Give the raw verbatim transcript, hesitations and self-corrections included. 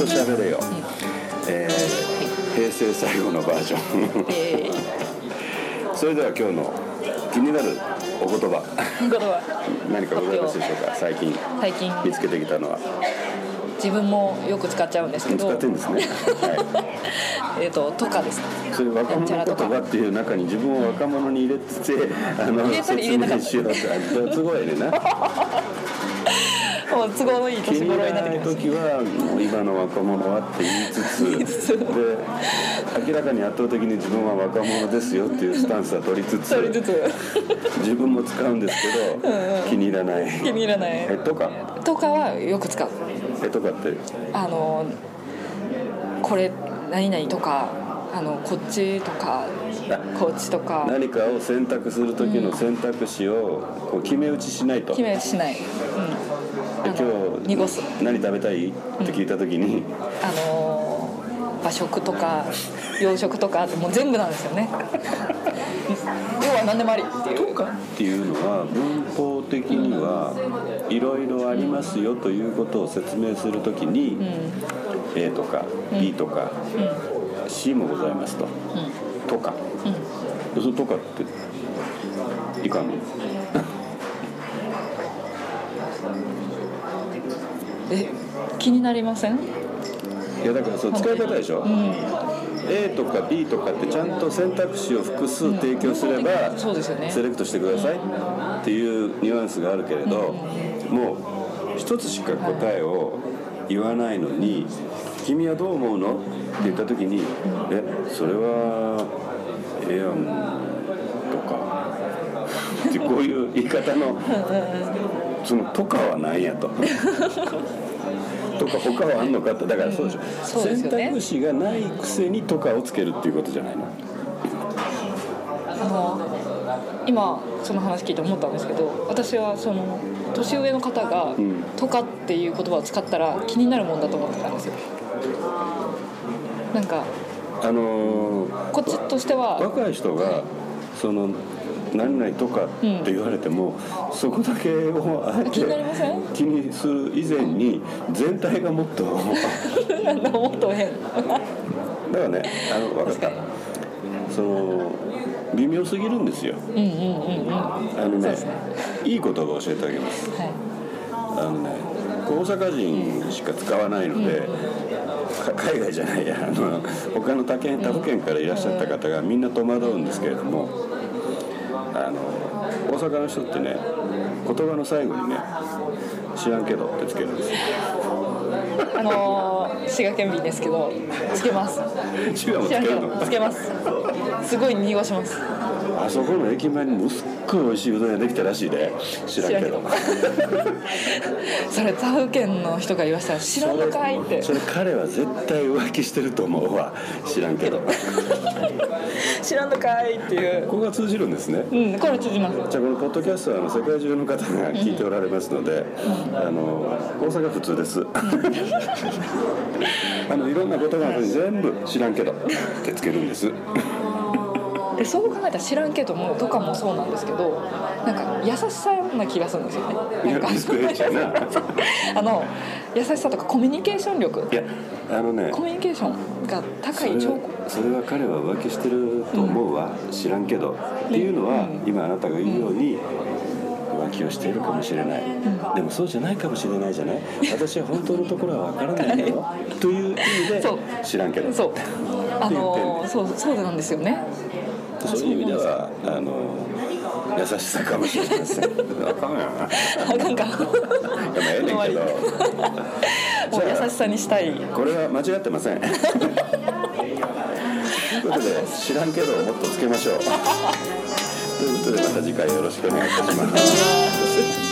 と喋れよ、うんえーはい、平成最後のバージョン、えー、それでは今日の気になるお言葉言葉何かございますでしょうか。最近最近見つけてきたのは。 自分もよく使っちゃうんですけど。 使ってるんですね。はい、 えっととかです。 それ若者言葉っていう中に自分を若者に入れてて、あの入れたり入れなかった。 説明しようとすごいねな。 もう都合のいい年頃になってきました。 気になる時はもう今の若者はって言いつつで明らかに圧倒的に自分は若者ですよっていうスタンスは取りつつ取りつつ自分も使うんですけどうん、うん、気に入らない気に入らないえとかとかはよく使う。 えとかってあのこれ何々とかあのこっちとかこっちとか何かを選択する時の選択肢をこう決め打ちしないと。 決め打ちしない、うん今日濁す何食べたいって聞いた時に、うん、 あのー、和食とか洋食とかってもう全部なんですよね要は何でもありっていうとかっていうのは文法的にはいろいろありますよということを説明するときに、うん、A とか B とか、うん、C もございますと、うん、とか、うん、そのとかっていかんのえ気になりません？ いやだからその使い方でしょ、うん、A とか B とかってちゃんと選択肢を複数提供すれば、うんそうですよね、セレクトしてくださいっていうニュアンスがあるけれど、うん、もう一つしか答えを言わないのに君はどう思うのって言った時に、うん、えそれはええやんとかってこういう言い方のそのとかは何やととか他はあんのかってだからそうでしょ、うんそうですよね、選択肢がないくせにとかをつけるっていうことじゃないの。 あの今その話聞いて思ったんですけど私はその年上の方がとかっていう言葉を使ったら気になるもんだと思ってたんですよ。なんかあのー、 こっちとしては若い人がその何々とかって言われても、うん、そこだけをあえて気にする以前に全体がもっとなんだもっと変だからねあの分かったその微妙すぎるんですよ、うんうんうんうん、あのね、ねいい言葉を教えてあげます、はい、あのね大阪人しか使わないので、うん、海外じゃないやあの他の他県他府県からいらっしゃった方がみんな戸惑うんですけれどもあの大阪の人ってね言葉の最後にね知らんけどってつけるんですよ。 あのー、滋賀県民ですけどつけます。 滋賀もつけるの？ つけます。すごい濁します。 あそこの駅前にもすっごい美味しいうどん屋できたらしいで知らんけどそれ他府県の人が言わせたら知らんのかいってそれ、それ彼は絶対浮気してると思うわ知らんけど知らんのかいっていうここが通じるんですね。 うんこれ通じます。 じゃあこのポッドキャストはあの世界中の方が聞いておられますので、うん、あの大阪普通です、うん、あのいろんな言葉のに全部知らんけどってつけるんですでそう考えたら知らんけどもとかもそうなんですけどなんか優しさな気がするんですよね。なんかあの優しさとかコミュニケーション力いやあのねコミュニケーションが高い兆候それは彼は浮気してると思うわ、うん、知らんけどっていうのは、うん、今あなたが言うように、うん、浮気をしているかもしれない、うん、でもそうじゃないかもしれないじゃない私は本当のところは分からないのよという意味で知らんけどそうあのそうそうなんですよね。 そういう意味ではあの優しさかもしれません。あかんやな。 あかんか。でもええねんけど。もう優しさにしたい。 これは間違ってません。ということで知らんけどもっとつけましょう。ということでまた次回よろしくお願いいたします。